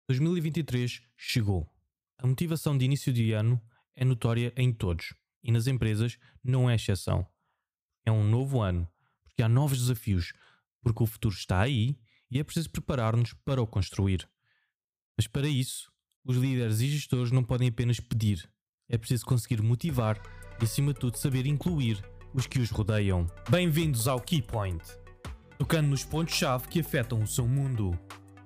2023 chegou. A motivação de início de ano é notória em todos e nas empresas não é exceção. É um novo ano, porque há novos desafios, porque o futuro está aí e é preciso preparar-nos para o construir. Mas para isso, os líderes e gestores não podem apenas pedir, é preciso conseguir motivar e, acima de tudo, saber incluir os que os rodeiam. Bem-vindos ao Key Point, tocando nos pontos-chave que afetam o seu mundo.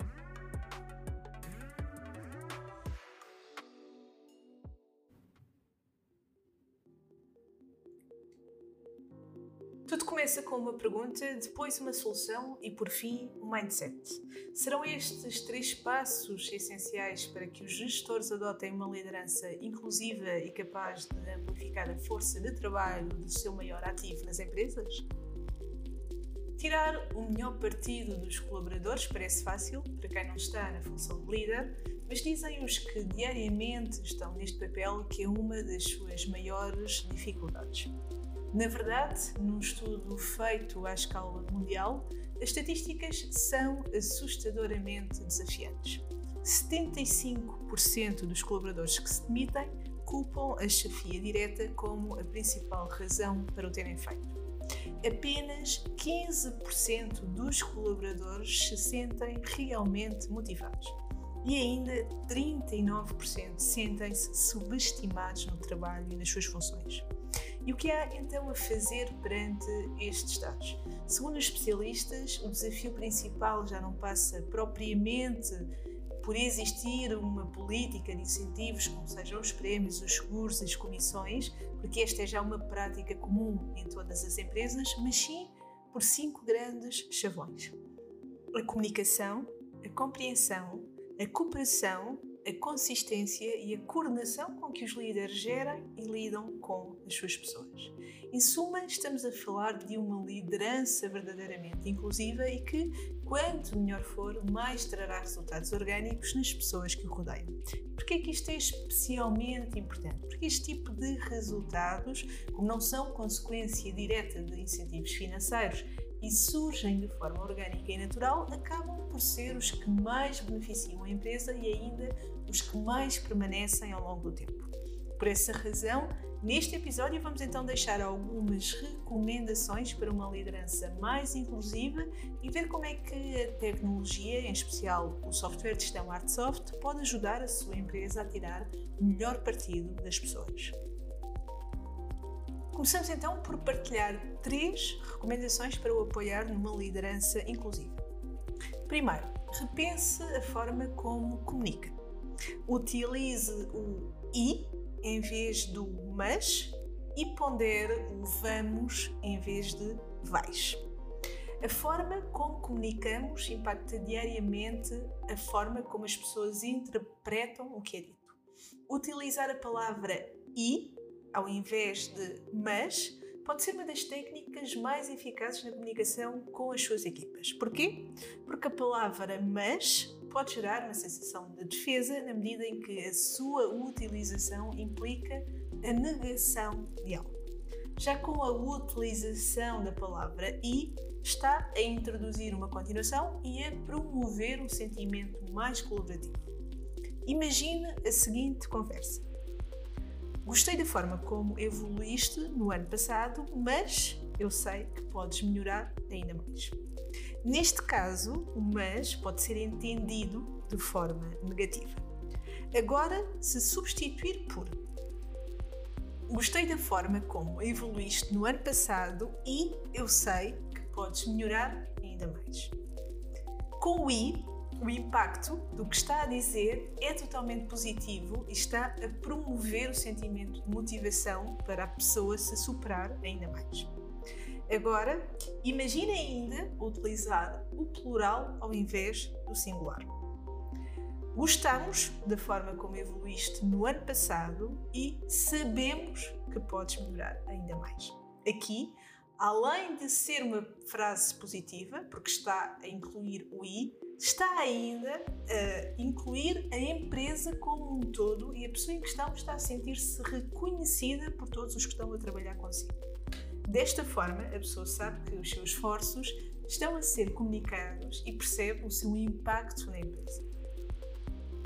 Tudo começa com uma pergunta, depois uma solução e, por fim, um mindset. Serão estes 3 passos essenciais para que os gestores adotem uma liderança inclusiva e capaz de amplificar a força de trabalho do seu maior ativo nas empresas? Tirar o melhor partido dos colaboradores parece fácil para quem não está na função de líder, mas dizem os que diariamente estão neste papel que é uma das suas maiores dificuldades. Na verdade, num estudo feito à escala mundial, as estatísticas são assustadoramente desafiantes. 75% dos colaboradores que se demitem culpam a chefia direta como a principal razão para o terem feito. Apenas 15% dos colaboradores se sentem realmente motivados. E ainda 39% sentem-se subestimados no trabalho e nas suas funções. E o que há então a fazer perante estes dados? Segundo os especialistas, o desafio principal já não passa propriamente por existir uma política de incentivos, como sejam os prémios, os seguros e as comissões, porque esta é já uma prática comum em todas as empresas, mas sim por 5 grandes chavões: a comunicação, a compreensão, a cooperação, a consistência e a coordenação com que os líderes gerem e lidam com as suas pessoas. Em suma, estamos a falar de uma liderança verdadeiramente inclusiva e que, quanto melhor for, mais trará resultados orgânicos nas pessoas que o rodeiam. Porquê é que isto é especialmente importante? Porque este tipo de resultados, como não são consequência direta de incentivos financeiros e surgem de forma orgânica e natural, acabam por ser os que mais beneficiam a empresa e ainda os que mais permanecem ao longo do tempo. Por essa razão, neste episódio vamos então deixar algumas recomendações para uma liderança mais inclusiva e ver como é que a tecnologia, em especial o software de gestão ArtSoft, pode ajudar a sua empresa a tirar o melhor partido das pessoas. Começamos então por partilhar 3 recomendações para o apoiar numa liderança inclusiva. Primeiro, repense a forma como comunica. Utilize o "e" em vez do "mas" e pondere o "vamos" em vez de "vais". A forma como comunicamos impacta diariamente a forma como as pessoas interpretam o que é dito. Utilizar a palavra "e" ao invés de "mas" pode ser uma das técnicas mais eficazes na comunicação com as suas equipas. Porquê? Porque a palavra "mas" pode gerar uma sensação de defesa na medida em que a sua utilização implica a negação de algo. Já com a utilização da palavra "e", está a introduzir uma continuação e a promover um sentimento mais colaborativo. Imagine a seguinte conversa: gostei da forma como evoluíste no ano passado, mas eu sei que podes melhorar ainda mais. Neste caso, o "mas" pode ser entendido de forma negativa. Agora, se substituir por gostei da forma como evoluíste no ano passado e eu sei que podes melhorar ainda mais. Com o "e", o impacto do que está a dizer é totalmente positivo e está a promover o sentimento de motivação para a pessoa se superar ainda mais. Agora, imagine ainda utilizar o plural ao invés do singular. Gostamos da forma como evoluíste no ano passado e sabemos que podes melhorar ainda mais. Aqui, além de ser uma frase positiva, porque está a incluir o "e", está ainda a incluir a empresa como um todo e a pessoa em questão está a sentir-se reconhecida por todos os que estão a trabalhar consigo. Desta forma, a pessoa sabe que os seus esforços estão a ser comunicados e percebe o seu impacto na empresa.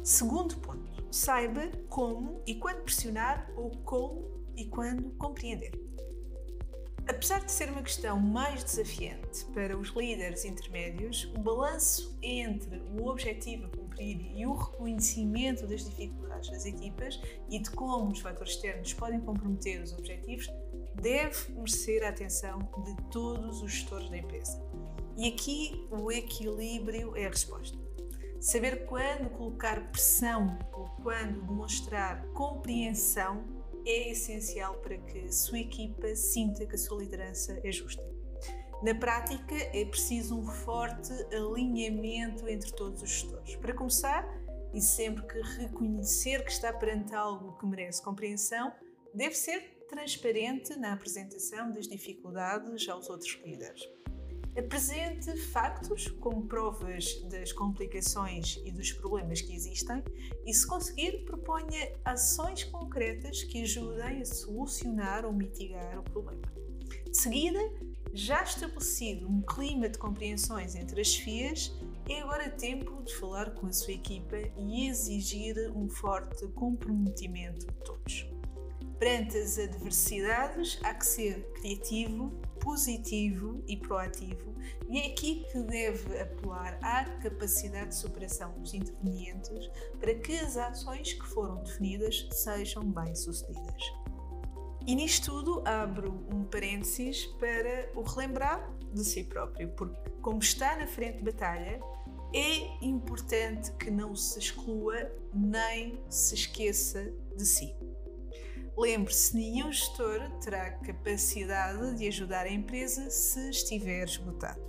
Segundo ponto, saiba como e quando pressionar ou como e quando compreender. Apesar de ser uma questão mais desafiante para os líderes intermédios, o balanço entre o objetivo a cumprir e o reconhecimento das dificuldades das equipas e de como os fatores externos podem comprometer os objetivos deve merecer a atenção de todos os gestores da empresa. E aqui o equilíbrio é a resposta. Saber quando colocar pressão ou quando demonstrar compreensão é essencial para que a sua equipa sinta que a sua liderança é justa. Na prática, é preciso um forte alinhamento entre todos os gestores. Para começar, e sempre que reconhecer que está perante algo que merece compreensão, deve ser transparente na apresentação das dificuldades aos outros líderes. Apresente factos como provas das complicações e dos problemas que existem e, se conseguir, proponha ações concretas que ajudem a solucionar ou mitigar o problema. De seguida, já estabelecido um clima de compreensões entre as chefias, é agora tempo de falar com a sua equipa e exigir um forte comprometimento de todos. Perante as adversidades, há que ser criativo, positivo e proativo, e é aqui que deve apelar à capacidade de superação dos intervenientes para que as ações que foram definidas sejam bem-sucedidas. E nisto tudo abro um parênteses para o relembrar de si próprio, porque, como está na frente de batalha, é importante que não se exclua nem se esqueça de si. Lembre-se, nenhum gestor terá capacidade de ajudar a empresa se estiver esgotado.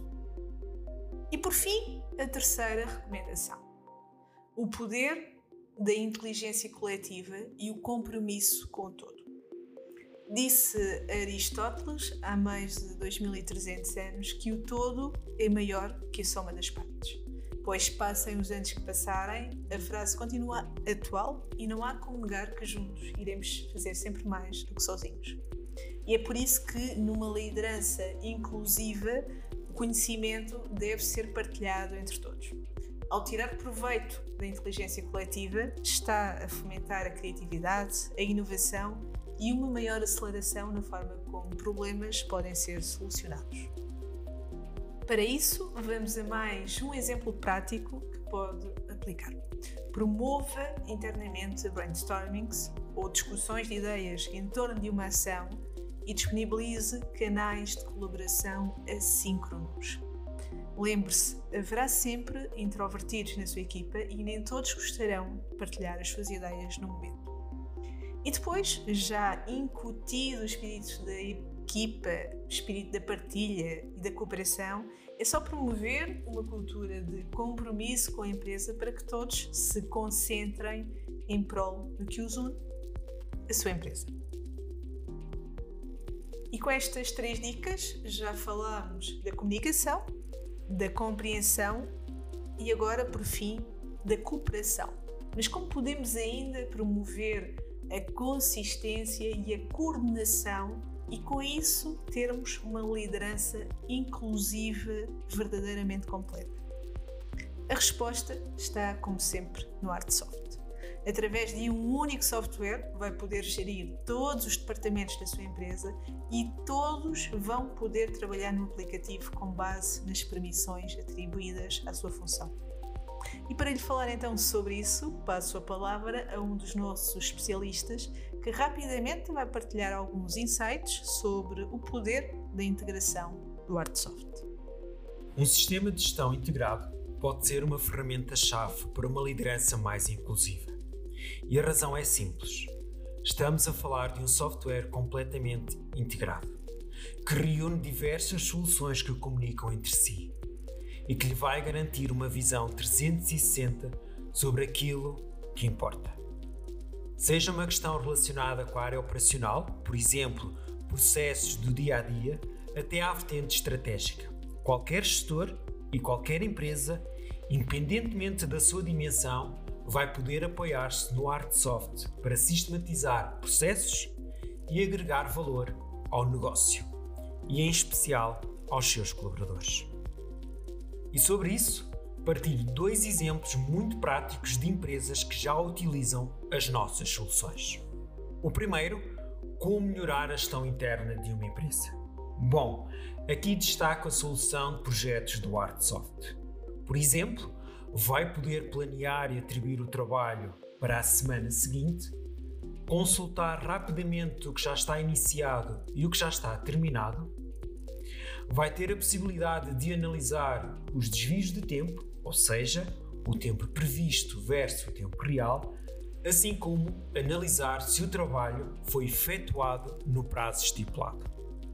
E por fim, a terceira recomendação: o poder da inteligência coletiva e o compromisso com o todo. Disse Aristóteles, há mais de 2300 anos, que o todo é maior que a soma das partes. Pois passem os anos que passarem, a frase continua atual e não há como negar que juntos iremos fazer sempre mais do que sozinhos. E é por isso que, numa liderança inclusiva, o conhecimento deve ser partilhado entre todos. Ao tirar proveito da inteligência coletiva, está a fomentar a criatividade, a inovação e uma maior aceleração na forma como problemas podem ser solucionados. Para isso, vamos a mais um exemplo prático que pode aplicar. Promova internamente brainstormings ou discussões de ideias em torno de uma ação e disponibilize canais de colaboração assíncronos. Lembre-se, haverá sempre introvertidos na sua equipa e nem todos gostarão de partilhar as suas ideias no momento. E depois, já incutido o espírito da equipa, o espírito da partilha e da cooperação, é só promover uma cultura de compromisso com a empresa para que todos se concentrem em prol do que os une, a sua empresa. E com estas 3 dicas já falámos da comunicação, da compreensão e agora, por fim, da cooperação. Mas como podemos ainda promover a consistência e a coordenação e com isso termos uma liderança inclusiva verdadeiramente completa? A resposta está, como sempre, no Artsoft. Através de um único software vai poder gerir todos os departamentos da sua empresa e todos vão poder trabalhar no aplicativo com base nas permissões atribuídas à sua função. E para lhe falar então sobre isso, passo a palavra a um dos nossos especialistas que rapidamente vai partilhar alguns insights sobre o poder da integração do Artsoft. Um sistema de gestão integrado pode ser uma ferramenta-chave para uma liderança mais inclusiva. E a razão é simples. Estamos a falar de um software completamente integrado, que reúne diversas soluções que comunicam entre si e que lhe vai garantir uma visão 360 sobre aquilo que importa. Seja uma questão relacionada com a área operacional, por exemplo, processos do dia-a-dia, até à vertente estratégica. Qualquer gestor e qualquer empresa, independentemente da sua dimensão, vai poder apoiar-se no Artsoft para sistematizar processos e agregar valor ao negócio, e em especial aos seus colaboradores. E sobre isso, partilho 2 exemplos muito práticos de empresas que já utilizam as nossas soluções. O primeiro, como melhorar a gestão interna de uma empresa. Bom, aqui destaco a solução de projetos do Artsoft. Por exemplo, vai poder planear e atribuir o trabalho para a semana seguinte, consultar rapidamente o que já está iniciado e o que já está terminado, vai ter a possibilidade de analisar os desvios de tempo, ou seja, o tempo previsto versus o tempo real, assim como analisar se o trabalho foi efetuado no prazo estipulado.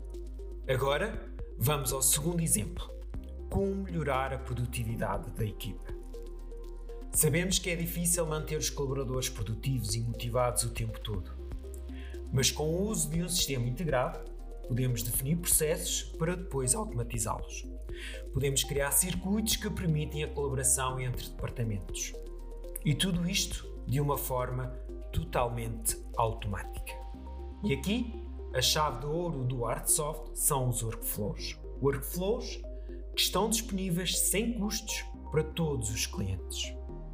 Agora, vamos ao segundo exemplo: como melhorar a produtividade da equipa. Sabemos que é difícil manter os colaboradores produtivos e motivados o tempo todo, mas com o uso de um sistema integrado, podemos definir processos para depois automatizá-los. Podemos criar circuitos que permitem a colaboração entre departamentos. E tudo isto de uma forma totalmente automática. E aqui, a chave de ouro do Artsoft são os workflows. Workflows que estão disponíveis sem custos para todos os clientes.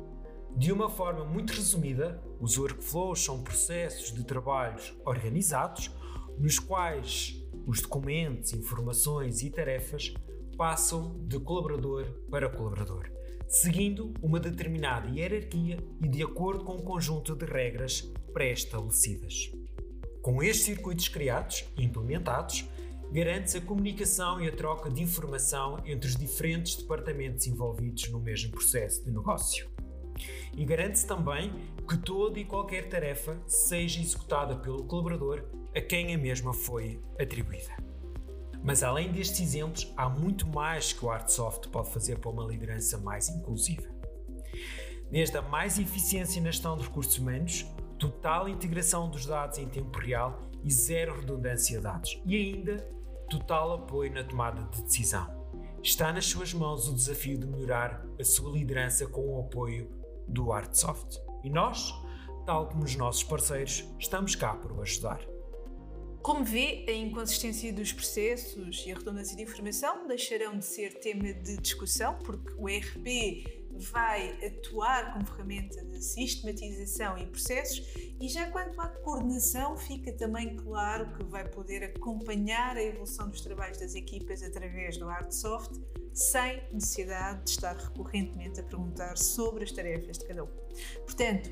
De uma forma muito resumida, os workflows são processos de trabalhos organizados nos quais os documentos, informações e tarefas passam de colaborador para colaborador, seguindo uma determinada hierarquia e de acordo com um conjunto de regras pré-estabelecidas. Com estes circuitos criados e implementados, garante-se a comunicação e a troca de informação entre os diferentes departamentos envolvidos no mesmo processo de negócio. E garante-se também que toda e qualquer tarefa seja executada pelo colaborador a quem a mesma foi atribuída. Mas além destes exemplos, há muito mais que o Artsoft pode fazer para uma liderança mais inclusiva. Desde a mais eficiência na gestão de recursos humanos, total integração dos dados em tempo real e zero redundância de dados. E ainda, total apoio na tomada de decisão. Está nas suas mãos o desafio de melhorar a sua liderança com o apoio do Artsoft. E nós, tal como os nossos parceiros, estamos cá para o ajudar. Como vê, a inconsistência dos processos e a redundância de informação deixarão de ser tema de discussão, porque o ERP vai atuar como ferramenta de sistematização e processos, e já quanto à coordenação, fica também claro que vai poder acompanhar a evolução dos trabalhos das equipas através do Artsoft, sem necessidade de estar recorrentemente a perguntar sobre as tarefas de cada um. Portanto,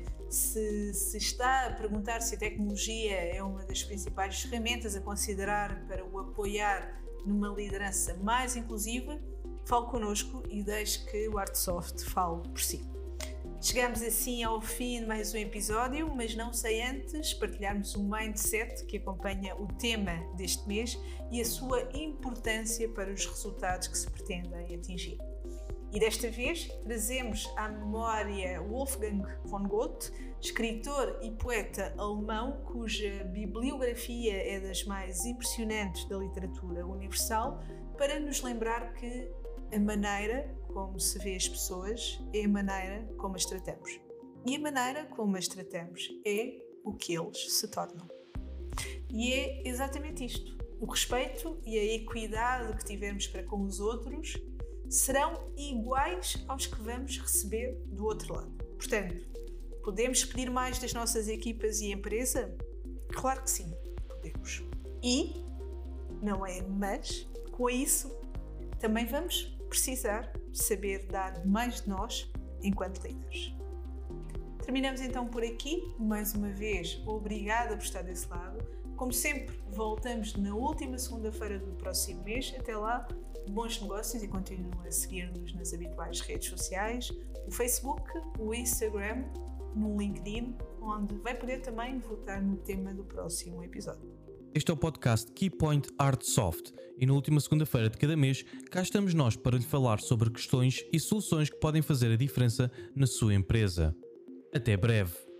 se está a perguntar se a tecnologia é uma das principais ferramentas a considerar para o apoiar numa liderança mais inclusiva, fale connosco e deixe que o Artsoft fale por si. Chegamos assim ao fim de mais um episódio, mas não sem antes partilharmos um mindset que acompanha o tema deste mês e a sua importância para os resultados que se pretendem atingir. E desta vez trazemos à memória Wolfgang von Goethe, escritor e poeta alemão cuja bibliografia é das mais impressionantes da literatura universal, para nos lembrar que a maneira como se vê as pessoas é a maneira como as tratamos. E a maneira como as tratamos é o que eles se tornam. E é exatamente isto. O respeito e a equidade que tivermos para com os outros serão iguais aos que vamos receber do outro lado. Portanto, podemos pedir mais das nossas equipas e empresa? Claro que sim, podemos. E, não é mas, com isso, também vamos precisar saber dar mais de nós enquanto líderes. Terminamos então por aqui. Mais uma vez, obrigada por estar desse lado. Como sempre, voltamos na última segunda-feira do próximo mês. Até lá, bons negócios e continuem a seguir-nos nas habituais redes sociais, o Facebook, o Instagram, no LinkedIn, onde vai poder também votar no tema do próximo episódio. Este é o podcast Keypoint Artsoft e na última segunda-feira de cada mês cá estamos nós para lhe falar sobre questões e soluções que podem fazer a diferença na sua empresa. Até breve!